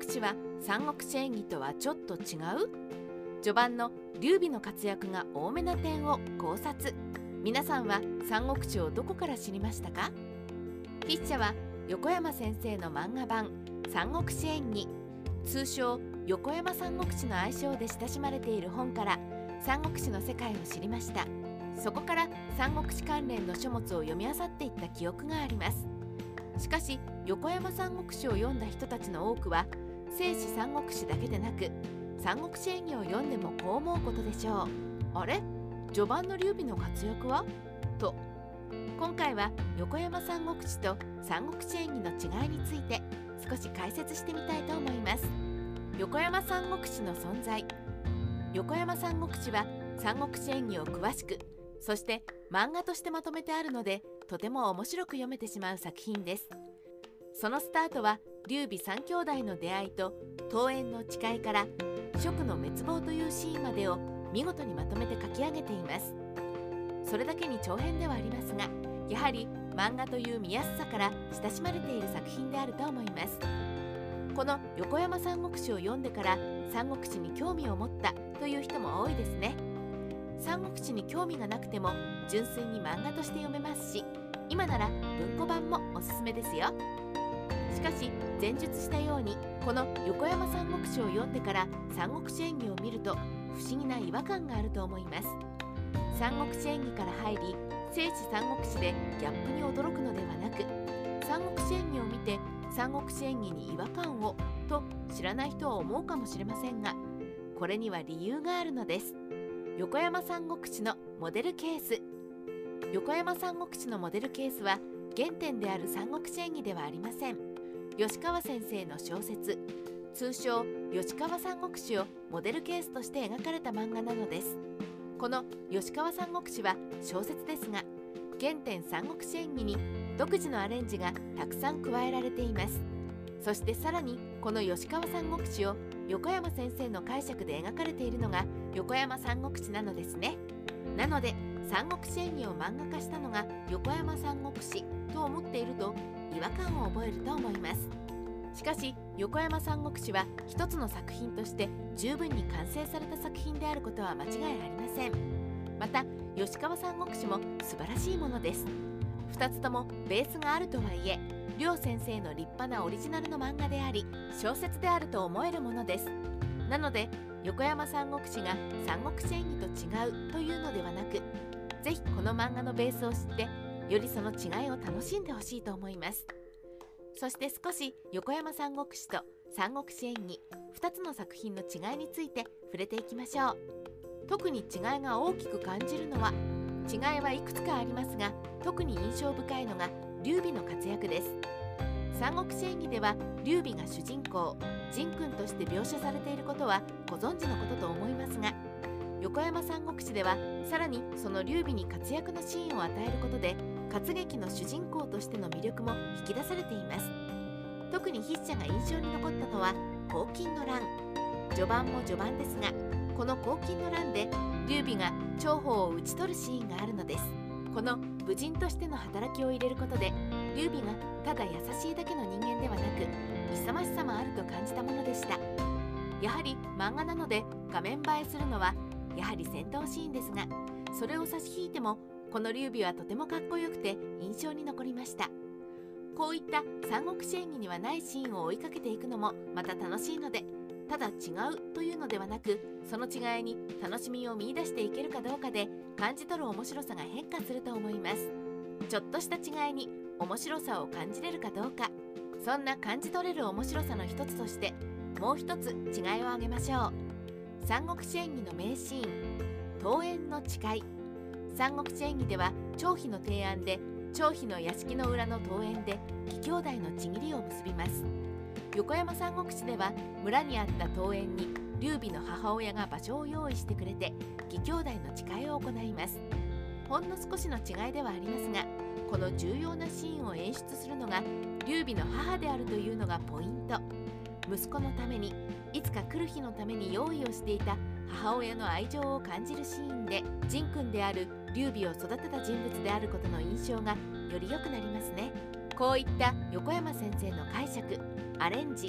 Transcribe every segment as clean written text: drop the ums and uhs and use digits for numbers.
国志は三国志演義とはちょっと違う？序盤の劉備の活躍が多めな点を考察。皆さんは三国志をどこから知りましたか？筆者は横山先生の漫画版三国志演義、通称横山三国志の愛称で親しまれている本から三国志の世界を知りました。そこから三国志関連の書物を読み漁っていった記憶があります。しかし横山三国志を読んだ人たちの多くは正史三国志だけでなく三国志演義を読んでもこう思うことでしょう。あれ、序盤の劉備の活躍はと。今回は横山三国志と三国志演義の違いについて少し解説してみたいと思います。横山三国志の存在。横山三国志は三国志演義を詳しく、そして漫画としてまとめてあるのでとても面白く読めてしまう作品です。そのスタートは劉備三兄弟の出会いと桃園の誓いから蜀の滅亡というシーンまでを見事にまとめて書き上げています。それだけに長編ではありますが、やはり漫画という見やすさから親しまれている作品であると思います。この横山三国志を読んでから三国志に興味を持ったという人も多いですね。三国志に興味がなくても純粋に漫画として読めますし、今なら文庫版もおすすめですよ。しかし前述したようにこの横山三国志を読んでから三国志演義を見ると不思議な違和感があると思います。三国志演義から入り正史三国志でギャップに驚くのではなく、三国志演義を見て三国志演義に違和感をと知らない人は思うかもしれませんが、これには理由があるのです。横山三国志のモデルケース。横山三国志のモデルケースは原点である三国志演義ではありません。吉川先生の小説、通称吉川三国志をモデルケースとして描かれた漫画なのです。この吉川三国志は小説ですが、原点三国志演義に独自のアレンジがたくさん加えられています。そしてさらにこの吉川三国志を横山先生の解釈で描かれているのが横山三国志なのですね。なので三国志演義を漫画化したのが横山三国志と思っていると違和感を覚えると思います。しかし横山三国志は一つの作品として十分に完成された作品であることは間違いありません。また吉川三国志も素晴らしいものです。2つともベースがあるとはいえ、両先生の立派なオリジナルの漫画であり小説であると思えるものです。なので横山三国志が三国志演義と違うというのではなく、ぜひこの漫画のベースを知ってよりその違いを楽しんでほしいと思います。そして少し横山三国志と三国志演義2つの作品の違いについて触れていきましょう。特に違いが大きく感じるのは、違いはいくつかありますが特に印象深いのが劉備の活躍です。三国志演義では劉備が主人公仁君として描写されていることはご存知のことと思いますが、横山三国志ではさらにその劉備に活躍のシーンを与えることで活劇の主人公としての魅力も引き出されています。特に筆者が印象に残ったのは黄巾の乱。序盤も序盤ですが、この黄巾の乱で劉備が張飛を討ち取るシーンがあるのです。この武人としての働きを入れることで劉備がただ優しいだけの人間ではなく勇ましさもあると感じたものでした。やはり漫画なので画面映えするのはやはり戦闘シーンですが、それを差し引いてもこの劉備はとてもかっこよくて印象に残りました。こういった三国志演義にはないシーンを追いかけていくのもまた楽しいので、ただ違うというのではなく、その違いに楽しみを見出していけるかどうかで感じ取る面白さが変化すると思います。ちょっとした違いに面白さを感じれるかどうか、そんな感じ取れる面白さの一つとしてもう一つ違いを挙げましょう。三国志演義の名シーン、桃園の誓い。三国志演義では張飛の提案で張飛の屋敷の裏の桃園で義兄弟の契りを結びます。横山三国志では村にあった桃園に劉備の母親が場所を用意してくれて義兄弟の誓いを行います。ほんの少しの違いではありますが、この重要なシーンを演出するのが劉備の母であるというのがポイント。息子のためにいつか来る日のために用意をしていた母親の愛情を感じるシーンで、仁君である劉備を育てた人物であることの印象がより良くなりますね。こういった横山先生の解釈、アレンジ、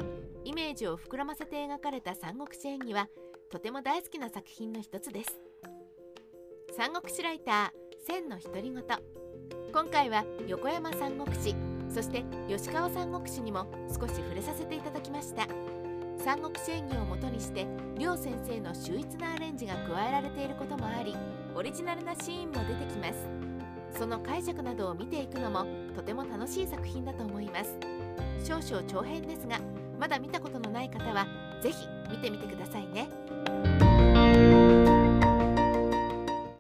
イメージを膨らませて描かれた三国志演義はとても大好きな作品の一つです。三国志ライター千の独り言、今回は横山三国志、そして吉川三国志にも少し触れさせていただきました。三国志演義をもとにして両先生の秀逸なアレンジが加えられていることもあり、オリジナルなシーンも出てきます。その解釈などを見ていくのもとても楽しい作品だと思います。少々長編ですが、まだ見たことのない方はぜひ見てみてくださいね。